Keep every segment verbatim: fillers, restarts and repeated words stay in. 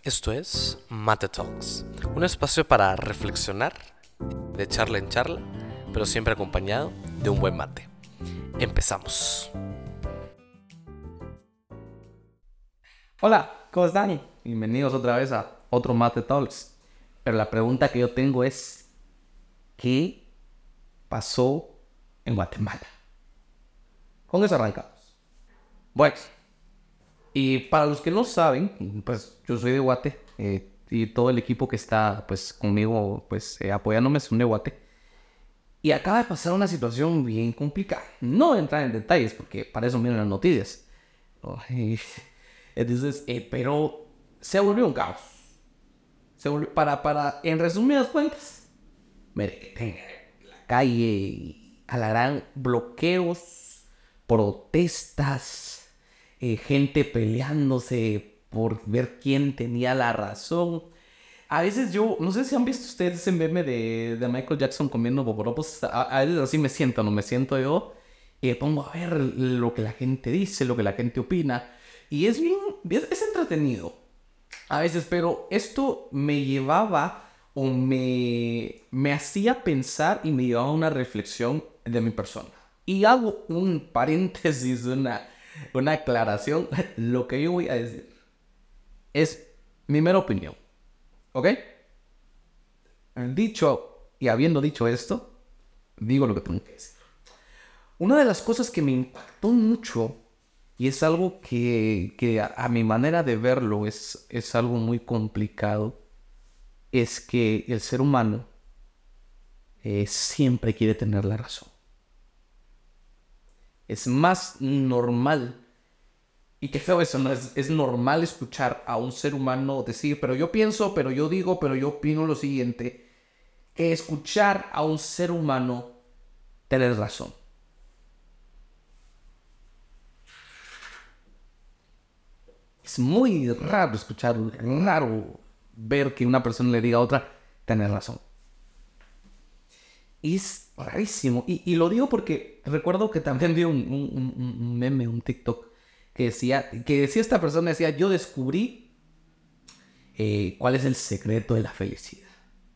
Esto es Mate Talks, un espacio para reflexionar, de charla en charla, pero siempre acompañado de un buen mate. Empezamos. Hola, ¿cómo están? Bienvenidos otra vez a otro Mate Talks. Pero la pregunta que yo tengo es, ¿qué pasó en Guatemala? Con eso arrancamos. Bueno, y para los que no saben, pues yo soy de Guate eh, y todo el equipo que está pues conmigo pues eh, apoyándome son de Guate. Y acaba de pasar una situación bien complicada. No voy a entrar en detalles porque para eso miran las noticias. Ay, Entonces, eh, pero se volvió un caos. Se volvió, para, para, en resumidas cuentas, mire, la calle, alarán bloqueos, protestas, eh, gente peleándose por ver quién tenía la razón. A veces yo, no sé si han visto ustedes ese meme de, de Michael Jackson comiendo boboropos. A, a veces así me siento, no me siento yo. Y me pongo a ver lo que la gente dice, lo que la gente opina. Y es bien, es, es entretenido a veces, pero esto me llevaba o me, me hacía pensar y me llevaba a una reflexión de mi persona. Y hago un paréntesis, una, una aclaración. Lo que yo voy a decir es mi mera opinión, ¿ok? Dicho y habiendo dicho esto, digo lo que tengo que decir. Una de las cosas que me impactó mucho, y es algo que, que a, a mi manera de verlo es, es algo muy complicado, es que el ser humano eh, siempre quiere tener la razón. Es más normal, y qué feo eso, ¿no? Es, es normal escuchar a un ser humano decir, pero yo pienso, pero yo digo, pero yo opino lo siguiente, que escuchar a un ser humano tener razón. Es muy raro escuchar, raro ver que una persona le diga a otra, tener razón. Y es rarísimo. Y, y lo digo porque recuerdo que también vi un, un, un, un meme, un TikTok, que decía, que decía esta persona, decía, yo descubrí eh, cuál es el secreto de la felicidad.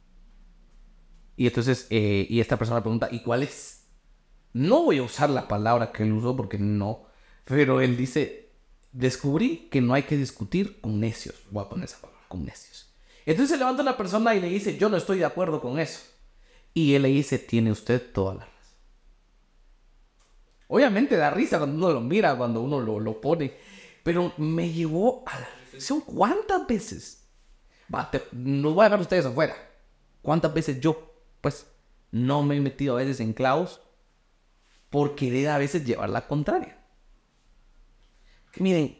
Y entonces, eh, y esta persona pregunta, ¿y cuál es? No voy a usar la palabra que él usó porque no, pero él dice, descubrí que no hay que discutir con necios. Voy a poner esa palabra, con necios. Entonces se levanta una persona y le dice, yo no estoy de acuerdo con eso. Y él le dice, tiene usted toda la razón. Obviamente da risa cuando uno lo mira, cuando uno lo, lo pone, pero me llevó a la reflexión. ¿Cuántas veces? Va, te, nos voy a dejar ustedes afuera. ¿Cuántas veces yo, pues, no me he metido a veces en clavos por querer a veces llevar la contraria? Miren,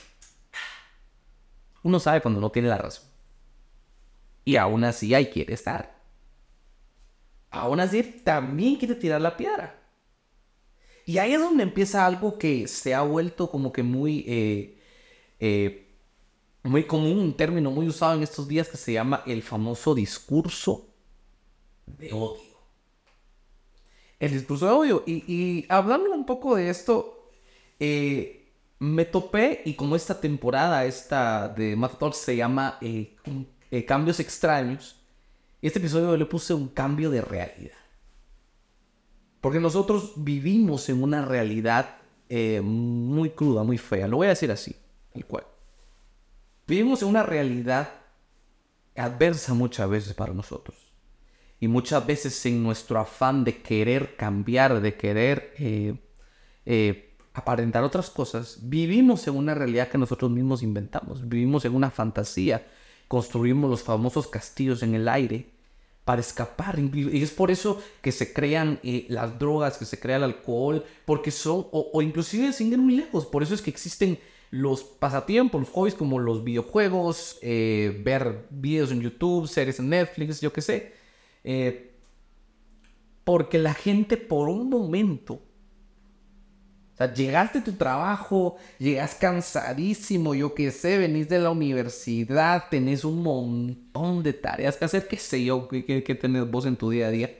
uno sabe cuando no tiene la razón. Y aún así ahí quiere estar. Aún así también quiere tirar la piedra. Y ahí es donde empieza algo que se ha vuelto como que muy, eh, eh, muy común, un término muy usado en estos días que se llama el famoso discurso de odio. El discurso de odio. Y, y hablando un poco de esto, eh, me topé y como esta temporada esta de Math Talks se llama eh, eh, Cambios Extraños, este episodio le puse un cambio de realidad. Porque nosotros vivimos en una realidad eh, muy cruda, muy fea. Lo voy a decir así, tal cual. Vivimos en una realidad adversa muchas veces para nosotros. Y muchas veces en nuestro afán de querer cambiar, de querer eh, eh, aparentar otras cosas, vivimos en una realidad que nosotros mismos inventamos. Vivimos en una fantasía. Construimos los famosos castillos en el aire para escapar. Y es por eso que se crean eh, las drogas, que se crea el alcohol, porque son, o, o inclusive sin ir muy lejos, por eso es que existen los pasatiempos, los hobbies como los videojuegos, eh, ver videos en YouTube, series en Netflix, yo qué sé. Eh, porque la gente por un momento, o sea, llegaste a tu trabajo, llegas cansadísimo, yo qué sé, venís de la universidad, tenés un montón de tareas que hacer, qué sé yo, qué, qué, qué tenés vos en tu día a día.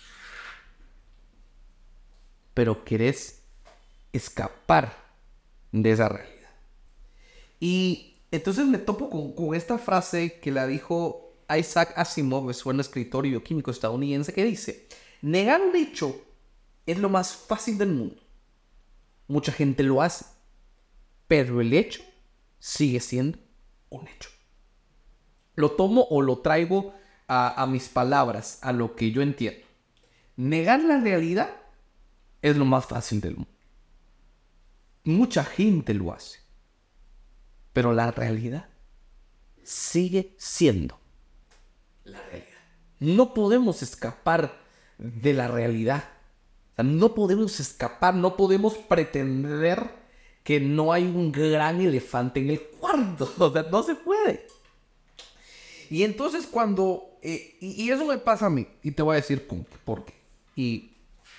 Pero querés escapar de esa realidad. Y Entonces me topo con, con esta frase que la dijo Isaac Asimov, es un escritor y bioquímico estadounidense, que dice: negar un hecho es lo más fácil del mundo. Mucha gente lo hace, pero el hecho sigue siendo un hecho. Lo tomo o lo traigo a, a mis palabras, a lo que yo entiendo. Negar la realidad es lo más fácil del mundo. Mucha gente lo hace, pero la realidad sigue siendo la realidad. No podemos escapar de la realidad. O sea, no podemos escapar, no podemos pretender que no hay un gran elefante en el cuarto. O sea, no se puede. Y entonces cuando... Eh, y, y eso me pasa a mí. Y te voy a decir por qué. Y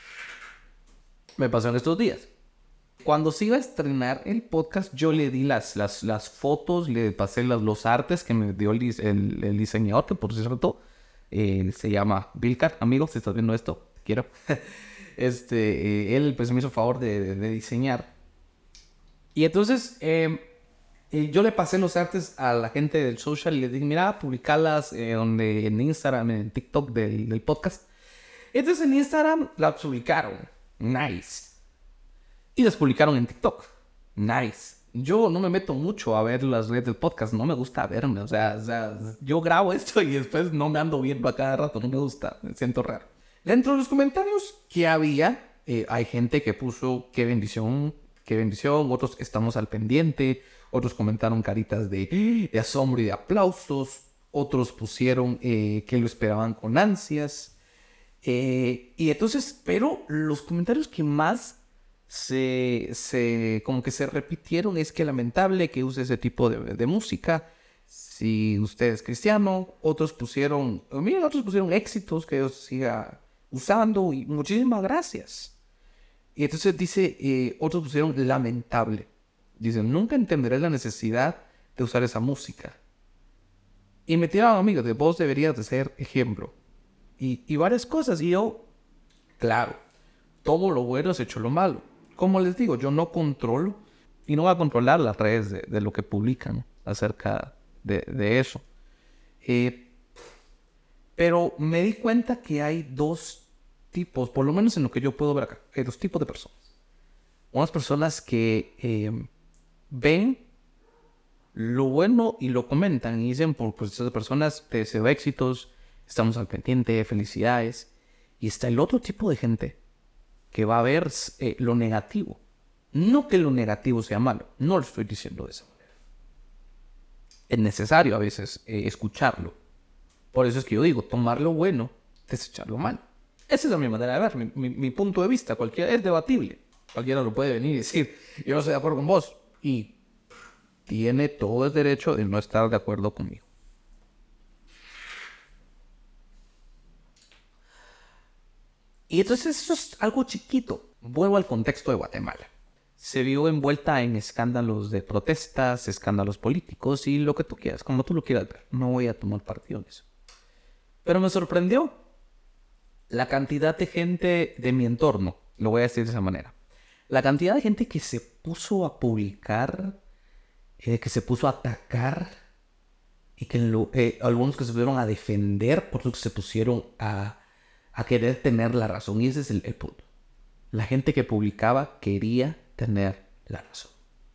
me pasó en estos días. Cuando se iba a estrenar el podcast, yo le di las, las, las fotos, le pasé las, los artes que me dio el, el, el diseñador, que por cierto eh, se llama Vilcar. Amigos, si estás viendo esto, te quiero. este, eh, él pues me hizo favor de, de, de diseñar. Y entonces eh, eh, yo le pasé los artes a la gente del social y le dije: mira, publicalas eh, donde, en Instagram, en TikTok del, del podcast. Entonces en Instagram las publicaron. Nice. Y las publicaron en TikTok. Nice. Yo no me meto mucho a ver las redes del podcast. No me gusta verme. O sea, o sea, yo grabo esto y después no me ando viendo a cada rato. No me gusta. Me siento raro. Dentro de los comentarios que había, eh, hay gente que puso qué bendición, qué bendición. Otros estamos al pendiente. Otros comentaron caritas de, de asombro y de aplausos. Otros pusieron eh, que lo esperaban con ansias. Eh, y entonces, pero los comentarios que más se, se, como que se repitieron es que lamentable que use ese tipo de, de música si usted es cristiano. Otros pusieron, miren, otros pusieron éxitos que Dios siga usando y muchísimas gracias. Y entonces dice, eh, otros pusieron lamentable. Dicen, nunca entenderé la necesidad de usar esa música. Y me tiraron, amigos, de vos deberías de ser ejemplo. Y, y varias cosas. Y yo, claro, todo lo bueno es hecho lo malo. Como les digo, yo no controlo y no voy a controlar las redes de, de lo que publican acerca de, de eso. Eh, pero me di cuenta que hay dos tipos, por lo menos en lo que yo puedo ver acá, hay dos tipos de personas. Unas personas que eh, ven lo bueno y lo comentan y dicen, por pues esas personas te deseo éxitos, estamos al pendiente, felicidades. Y está el otro tipo de gente que va a ver eh, lo negativo. No que lo negativo sea malo, no lo estoy diciendo de esa manera. Es necesario a veces eh, escucharlo. Por eso es que yo digo, tomar lo bueno, desechar lo malo. Esa es mi manera de ver, mi, mi, mi punto de vista. Cualquiera es debatible. Cualquiera lo puede venir y decir, yo no estoy de acuerdo con vos. Y tiene todo el derecho de no estar de acuerdo conmigo. Y entonces eso es algo chiquito. Vuelvo al contexto de Guatemala. Se vio envuelta en escándalos de protestas, escándalos políticos y lo que tú quieras, como tú lo quieras ver. No voy a tomar partido en eso. Pero me sorprendió la cantidad de gente de mi entorno, lo voy a decir de esa manera. La cantidad de gente que se puso a publicar, eh, que se puso a atacar, y que lo, eh, algunos que se pusieron a defender, otros que se pusieron a, a querer tener la razón. Y ese es el, el punto. La gente que publicaba quería tener la razón.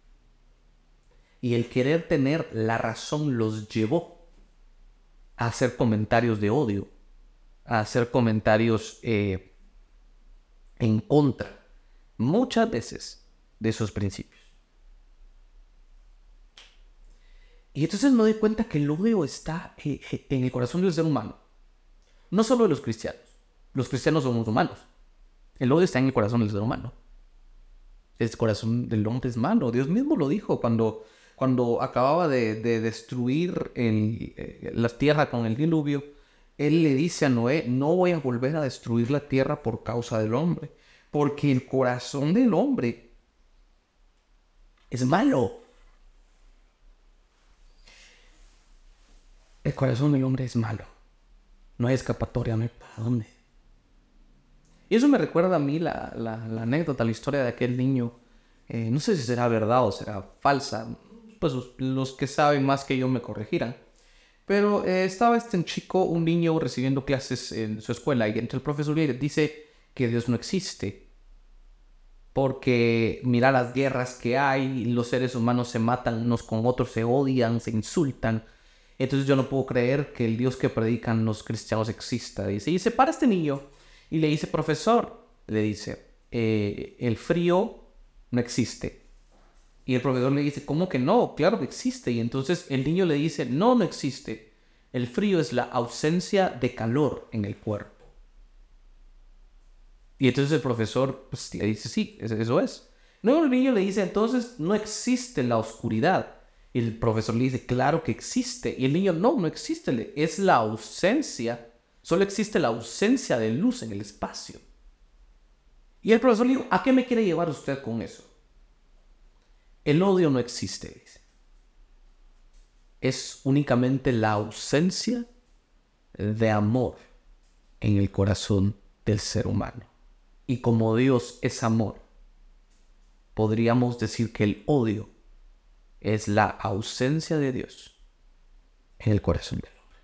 Y el querer tener la razón los llevó a hacer comentarios de odio, a hacer comentarios eh, en contra, muchas veces, de esos principios. Y entonces me doy cuenta que el odio está eh, en el corazón del ser humano. No solo de los cristianos. Los cristianos somos humanos. El odio está en el corazón del ser humano. El corazón del hombre es malo. Dios mismo lo dijo cuando, cuando acababa de, de destruir el, eh, la tierra con el diluvio. Él le dice a Noé, no voy a volver a destruir la tierra por causa del hombre. Porque el corazón del hombre es malo. El corazón del hombre es malo. No hay escapatoria, no hay para dónde. Y eso me recuerda a mí la, la, la anécdota, la historia de aquel niño. Eh, no sé si será verdad o será falsa. pues los que saben más que yo me corregirán. Pero eh, estaba este chico, un niño, recibiendo clases en su escuela y entre el profesor le dice que Dios no existe. Porque mira las guerras que hay, los seres humanos se matan unos con otros, se odian, se insultan. Entonces yo no puedo creer que el Dios que predican los cristianos exista. Dice, y se para este niño y le dice, profesor, le dice, eh, el frío no existe. Y el profesor le dice, ¿cómo que no? Claro que existe. Y entonces el niño le dice, no, no existe. El frío es la ausencia de calor en el cuerpo. Y entonces el profesor pues, le dice, sí, eso es. Luego el niño le dice, entonces no existe la oscuridad. Y el profesor le dice, claro que existe. Y el niño, no, no existe. Es la ausencia. Solo existe la ausencia de luz en el espacio. Y el profesor le dijo, ¿a qué me quiere llevar usted con eso? El odio no existe, dice. Es únicamente la ausencia de amor en el corazón del ser humano. Y como Dios es amor, podríamos decir que el odio es la ausencia de Dios en el corazón del hombre.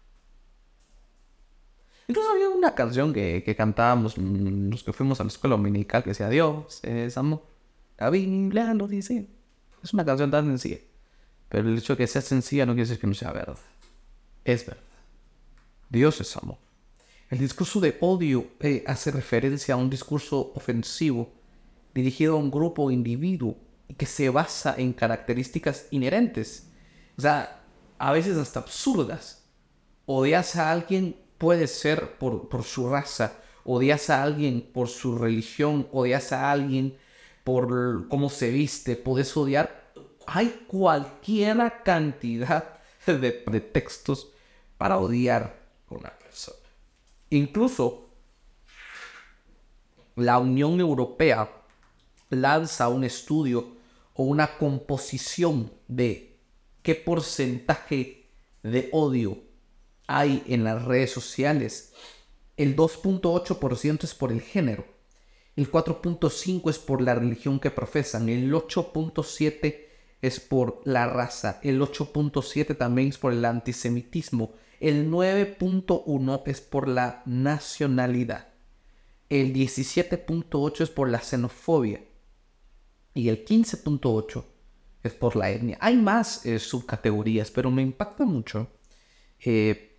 Incluso había una canción que, que cantábamos mmm, los que fuimos a la escuela dominical que decía Dios es amor. La Biblia lo dice. Es una canción tan sencilla. Pero el hecho de que sea sencilla no quiere decir que no sea verdad. Es verdad. Dios es amor. El discurso de odio eh, hace referencia a un discurso ofensivo dirigido a un grupo o individuo que se basa en características inherentes, o sea, a veces hasta absurdas. Odias a alguien puede ser por, por su raza, odias a alguien por su religión, odias a alguien por cómo se viste, puedes odiar. Hay cualquier cantidad de pretextos para odiar a una persona. Incluso la Unión Europea lanza un estudio o una composición de qué porcentaje de odio hay en las redes sociales. El dos punto ocho por ciento es por el género, el cuatro punto cinco por ciento es por la religión que profesan, el ocho punto siete por ciento es por la raza, el ocho punto siete por ciento también es por el antisemitismo, el nueve punto uno por ciento es por la nacionalidad, el diecisiete punto ocho por ciento es por la xenofobia y el quince punto ocho por ciento es por la etnia. Hay más eh, subcategorías, pero me impacta mucho eh,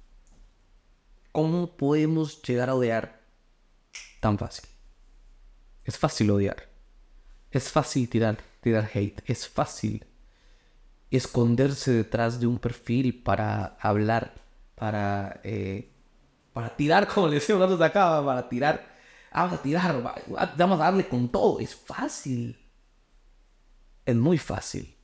cómo podemos llegar a odiar tan fácil. Es fácil odiar. Es fácil tirar, tirar hate. Es fácil esconderse detrás de un perfil para hablar, para, eh, para tirar, como le decíamos nosotros acá, para tirar. Vamos a tirar, vamos a darle con todo. Es fácil. Es muy fácil.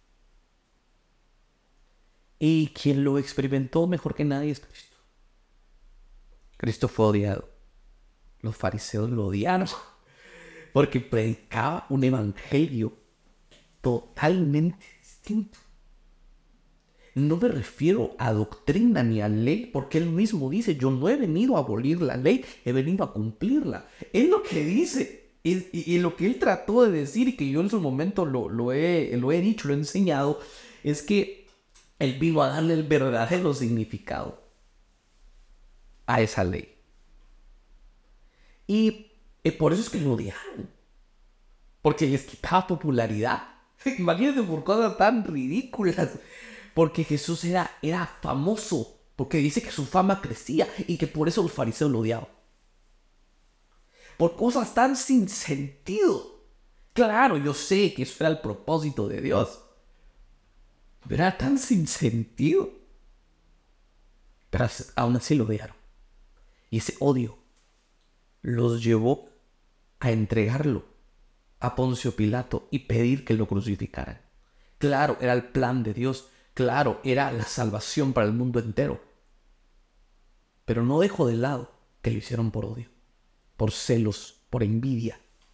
Y quien lo experimentó mejor que nadie es Cristo. Cristo fue odiado. Los fariseos lo odiaron porque predicaba un evangelio totalmente distinto. No me refiero a doctrina ni a ley, porque él mismo dice, yo no he venido a abolir la ley, he venido a cumplirla. Es lo que dice, y, y, y lo que él trató de decir, y que yo en su momento lo, lo, he, lo he dicho, lo he enseñado, es que él vino a darle el verdadero significado a esa ley. Y eh, por eso es que lo odiaron, porque les quitaba popularidad. Imagínense por cosas tan ridículas. Porque Jesús era, era famoso, porque dice que su fama crecía y que por eso los fariseos lo odiaban. Por cosas tan sin sentido. Claro, yo sé que eso era el propósito de Dios, pero era tan sin sentido. Pero aún así lo odiaron. Y ese odio los llevó a entregarlo a Poncio Pilato y pedir que lo crucificaran. Claro, era el plan de Dios. Claro, era la salvación para el mundo entero. Pero no dejó de lado que lo hicieron por odio, por celos, por envidia.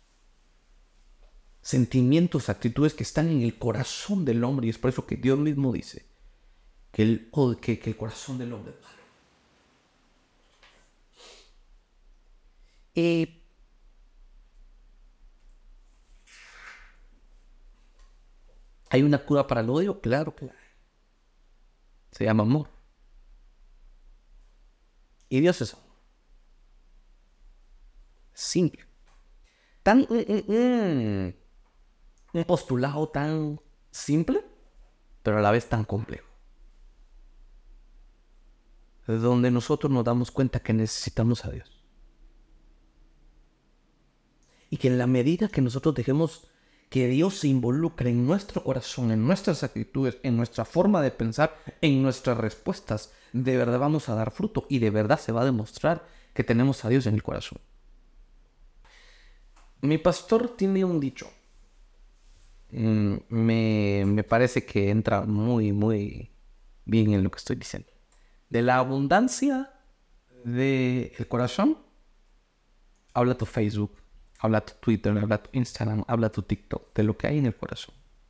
Sentimientos, actitudes que están en el corazón del hombre, y es por eso que Dios mismo dice que el, que, que el corazón del hombre es malo. Eh, ¿Hay una cura para el odio? Claro, claro. Se llama amor. Y Dios es amor. Simple. Tan, mm, mm, mm, un postulado tan simple, pero a la vez tan complejo. Es donde nosotros nos damos cuenta que necesitamos a Dios. Y que en la medida que nosotros dejemos que Dios se involucre en nuestro corazón, en nuestras actitudes, en nuestra forma de pensar, en nuestras respuestas, de verdad vamos a dar fruto y de verdad se va a demostrar que tenemos a Dios en el corazón. Mi pastor tiene un dicho. Mm, me, me parece que entra muy, muy bien en lo que estoy diciendo. De la abundancia del corazón, habla tu Facebook, habla tu Twitter, habla tu Instagram, habla tu TikTok, de lo que hay en el corazón.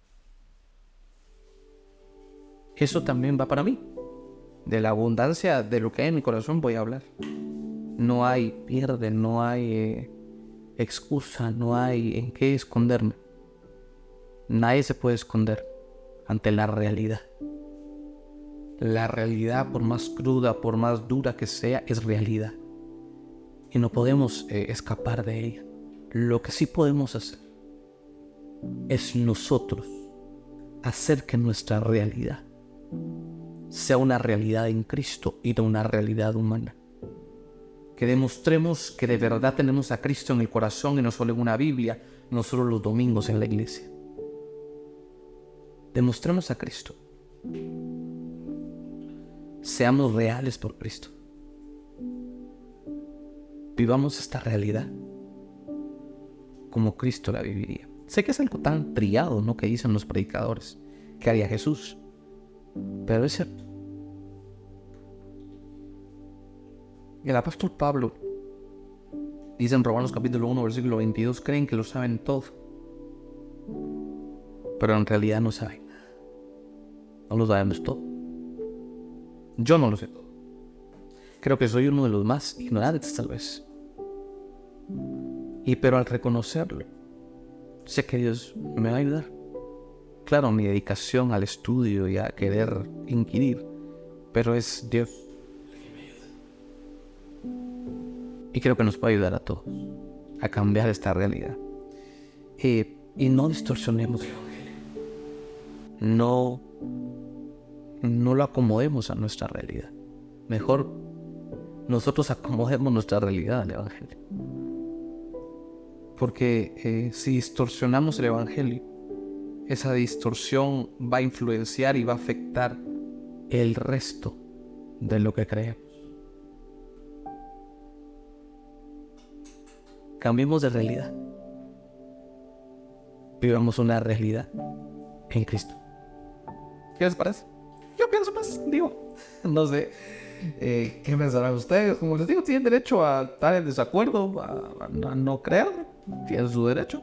Eso también va para mí. De la abundancia de lo que hay en mi corazón voy a hablar. No hay pierde, no hay eh, excusa, no hay en qué esconderme. Nadie se puede esconder ante la realidad. La realidad, por más cruda, por más dura que sea, es realidad. Y no podemos eh, escapar de ella. Lo que sí podemos hacer es nosotros hacer que nuestra realidad sea una realidad en Cristo y no una realidad humana. Que demostremos que de verdad tenemos a Cristo en el corazón y no solo en una Biblia, no solo los domingos en la iglesia. Demostremos a Cristo. Seamos reales por Cristo. Vivamos esta realidad como Cristo la viviría. Sé que es algo tan trillado, ¿no?, que dicen los predicadores. ¿Qué haría Jesús? Pero es cierto. El apóstol Pablo dice en Romanos capítulo uno, versículo veintidós, creen que lo saben todo, pero en realidad no saben nada. No lo sabemos todo. Yo no lo sé todo. Creo que soy uno de los más ignorantes tal vez. Y pero al reconocerlo, sé que Dios me va a ayudar. Claro, mi dedicación al estudio y a querer inquirir, pero es Dios el que me ayuda. Y creo que nos puede ayudar a todos a cambiar esta realidad. Eh, y no distorsionemos el Evangelio. No, no lo acomodemos a nuestra realidad. Mejor nosotros acomodemos nuestra realidad al Evangelio. Porque eh, si distorsionamos el Evangelio, esa distorsión va a influenciar y va a afectar el resto de lo que creemos. Cambiemos de realidad. Vivamos una realidad en Cristo. ¿Qué les parece? Yo pienso más, digo, no sé. Eh, ¿Qué pensarán ustedes? Como les digo, tienen derecho a estar en desacuerdo, a, a, a no creer. Tienen su derecho.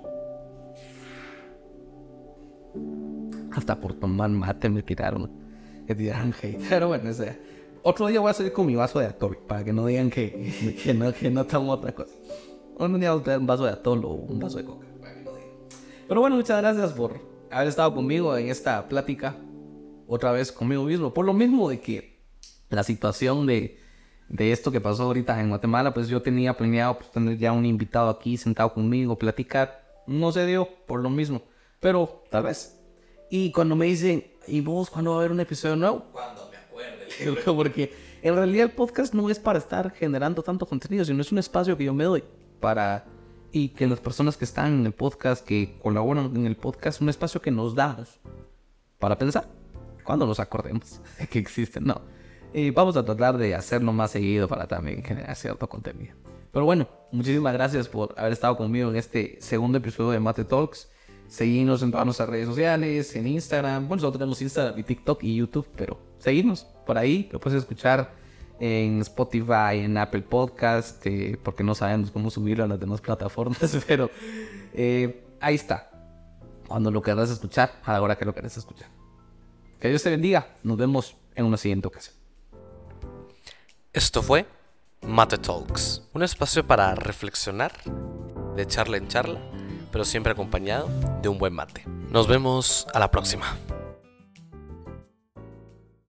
Hasta por tomar mate me tiraron. Me tiraron hate. Pero bueno, o sea, otro día voy a salir con mi vaso de Atol para que no digan que, que, no, que no tomo otra cosa. Un día voy a traer un vaso de Atol o un vaso de coca para que no digan. Pero bueno, muchas gracias por haber estado conmigo en esta plática. Otra vez conmigo mismo. Por lo mismo de que la situación de, de esto que pasó ahorita en Guatemala, pues yo tenía planeado pues, tener ya un invitado aquí sentado conmigo, platicar. No se dio por lo mismo, pero tal vez. Y cuando me dicen, ¿y vos cuándo va a haber un episodio nuevo? Cuando me acuerde. Porque en realidad el podcast no es para estar generando tanto contenido, sino es un espacio que yo me doy para... Y que las personas que están en el podcast, que colaboran en el podcast, un espacio que nos damos para pensar. Cuando nos acordemos que existen, no. Y vamos a tratar de hacerlo más seguido para también generar cierto contenido. Pero bueno, muchísimas gracias por haber estado conmigo en este segundo episodio de Mate Talks. Seguidnos en todas nuestras redes sociales, en Instagram. Bueno, solo tenemos Instagram y TikTok y YouTube, pero seguidnos por ahí. Lo puedes escuchar en Spotify, en Apple Podcast, eh, porque no sabemos cómo subirlo a las demás plataformas, pero eh, ahí está. Cuando lo querrás escuchar, a la hora que lo querrás escuchar. Que Dios te bendiga. Nos vemos en una siguiente ocasión. Esto fue Mate Talks, un espacio para reflexionar, de charla en charla, pero siempre acompañado de un buen mate. Nos vemos a la próxima.